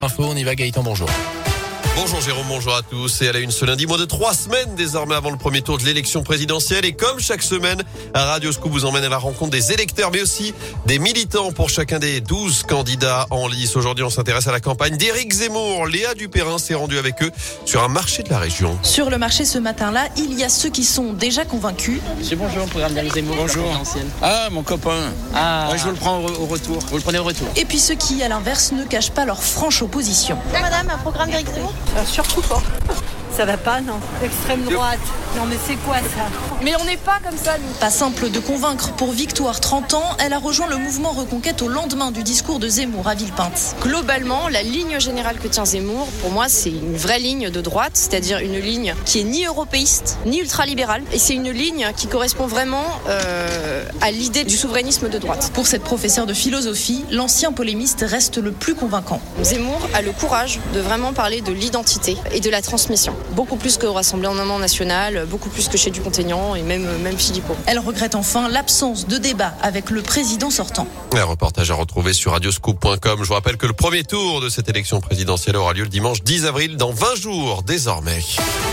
Info, on y va Gaëtan, bonjour. Bonjour Jérôme, bonjour à tous. Et à la une ce lundi, moins de 3 semaines désormais avant le premier tour de l'élection présidentielle. Et comme chaque semaine, Radio Scoop vous emmène à la rencontre des électeurs, mais aussi des militants pour chacun des 12 candidats en lice. Aujourd'hui, on s'intéresse à la campagne d'Éric Zemmour. Léa Dupérin s'est rendue avec eux sur un marché de la région. Sur le marché ce matin-là, il y a ceux qui sont déjà convaincus. Monsieur, bonjour, programme d'Éric Zemmour. Bonjour. Ah, mon copain. Ouais, je vous le prends au retour. Vous le prenez au retour. Et puis ceux qui, à l'inverse, ne cachent pas leur franche opposition. Madame, un programme d'Éric Zemmour ? Surtout pas. Ça va pas, non. Extrême droite. Non, mais c'est quoi ça ? Mais on n'est pas comme ça, nous. Pas simple de convaincre pour Victoire, 30 ans. Elle a rejoint le mouvement Reconquête au lendemain du discours de Zemmour à Villepinte. Globalement, la ligne générale que tient Zemmour, pour moi, c'est une vraie ligne de droite, c'est-à-dire une ligne qui est ni européiste, ni ultralibérale. Et c'est une ligne qui correspond vraiment à l'idée du souverainisme de droite. Pour cette professeure de philosophie, l'ancien polémiste reste le plus convaincant. Zemmour a le courage de vraiment parler de l'identité et de la transmission. Beaucoup plus qu'au Rassemblement national, beaucoup plus que chez Dupont-Aignan et même Philippot. Elle regrette enfin l'absence de débat avec le président sortant. Un reportage à retrouver sur radioscoop.com. Je vous rappelle que le premier tour de cette élection présidentielle aura lieu le dimanche 10 avril, dans 20 jours désormais.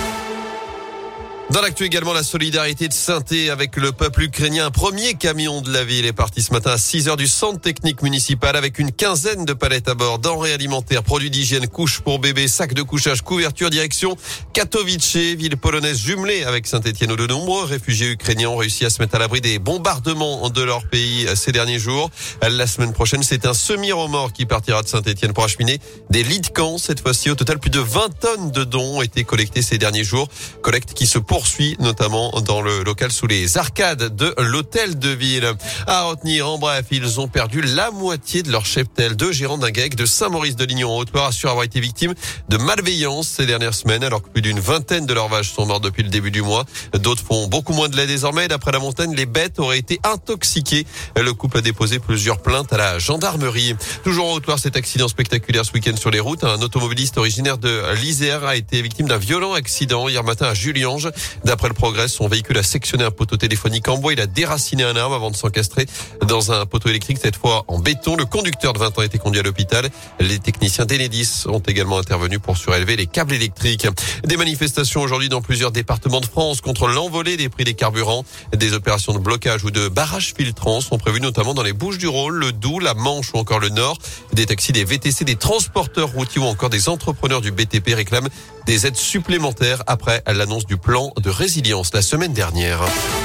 Dans l'actu également, la solidarité de Saint-Thé avec le peuple ukrainien. Un premier camion de la ville est parti ce matin à 6h du centre technique municipal avec une quinzaine de palettes à bord, denrées alimentaires, produits d'hygiène, couches pour bébés, sacs de couchage, couverture, direction Katowice, ville polonaise jumelée avec Saint-Étienne, où de nombreux réfugiés ukrainiens ont réussi à se mettre à l'abri des bombardements de leur pays ces derniers jours. La semaine prochaine, c'est un semi-remorque qui partira de Saint-Étienne pour acheminer des lits de camp. Cette fois-ci, au total, plus de 20 tonnes de dons ont été collectés ces derniers jours. Collecte qui se poursuit notamment dans le local sous les arcades de l'hôtel de ville. À retenir, en bref, ils ont perdu la moitié de leur cheptel. 2 gérants d'un GAEC de Saint-Maurice-de-Lignon en Haute-Loire assurent avoir été victimes de malveillance ces dernières semaines, alors que plus d'une vingtaine de leurs vaches sont mortes depuis le début du mois. D'autres font beaucoup moins de lait désormais. D'après la montagne, les bêtes auraient été intoxiquées. Le couple a déposé plusieurs plaintes à la gendarmerie. Toujours en Haute-Loire, cet accident spectaculaire ce week-end sur les routes. Un automobiliste originaire de l'Isère a été victime d'un violent accident hier matin à Juliange. D'après le Progrès, son véhicule a sectionné un poteau téléphonique en bois. Il a déraciné un arbre avant de s'encastrer dans un poteau électrique, cette fois en béton. Le conducteur de 20 ans a été conduit à l'hôpital. Les techniciens d'Enedis ont également intervenu pour surélever les câbles électriques. Des manifestations aujourd'hui dans plusieurs départements de France contre l'envolée des prix des carburants. Des opérations de blocage ou de barrage filtrants sont prévues notamment dans les Bouches-du-Rhône, le Doubs, la Manche ou encore le Nord. Des taxis, des VTC, des transporteurs routiers ou encore des entrepreneurs du BTP réclament des aides supplémentaires après l'annonce du plan de résilience la semaine dernière.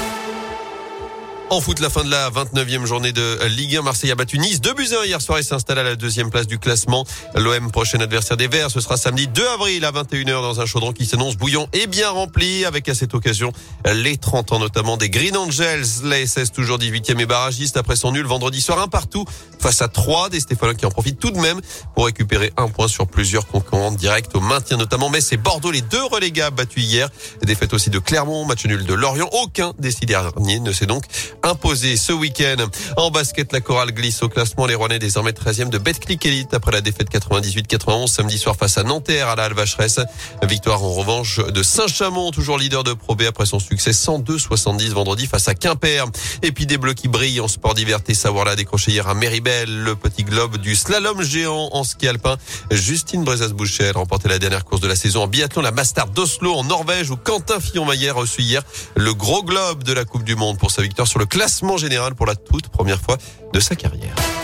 En foot, la fin de la 29e journée de Ligue 1. Marseille a battu Nice 2-1 hier soir et s'installe à la 2e place du classement. L'OM, prochain adversaire des Verts, ce sera samedi 2 avril à 21h dans un chaudron qui s'annonce bouillant et bien rempli, avec à cette occasion les 30 ans notamment des Green Angels. La SS toujours 18e et barragiste après son nul vendredi soir 1 partout face à 3 des Stéphanois qui en profitent tout de même pour récupérer un point sur plusieurs concurrents directs au maintien, notamment Metz et Bordeaux, les 2 relégables battus hier. Défaite aussi de Clermont, match nul de Lorient. Aucun des 6 derniers ne s'est donc imposé ce week-end. En basket, la chorale glisse au classement. Les Rouennais désormais 13e de Betclic Elite après la défaite 98-91 samedi soir face à Nanterre à la Halle-Vacheresse. Victoire en revanche de Saint-Chamond, toujours leader de Pro B après son succès 102-70 vendredi face à Quimper. Et puis des bleus qui brillent en sport d'hiver. Tessa Worley a décroché hier à Méribel le petit globe du slalom géant en ski alpin. Justine Brezas-Boucher a remporté la dernière course de la saison en biathlon, la Mastart d'Oslo en Norvège, où Quentin Fillon-Maillet a reçu hier le gros globe de la Coupe du Monde pour sa victoire sur le classement général pour la toute première fois de sa carrière.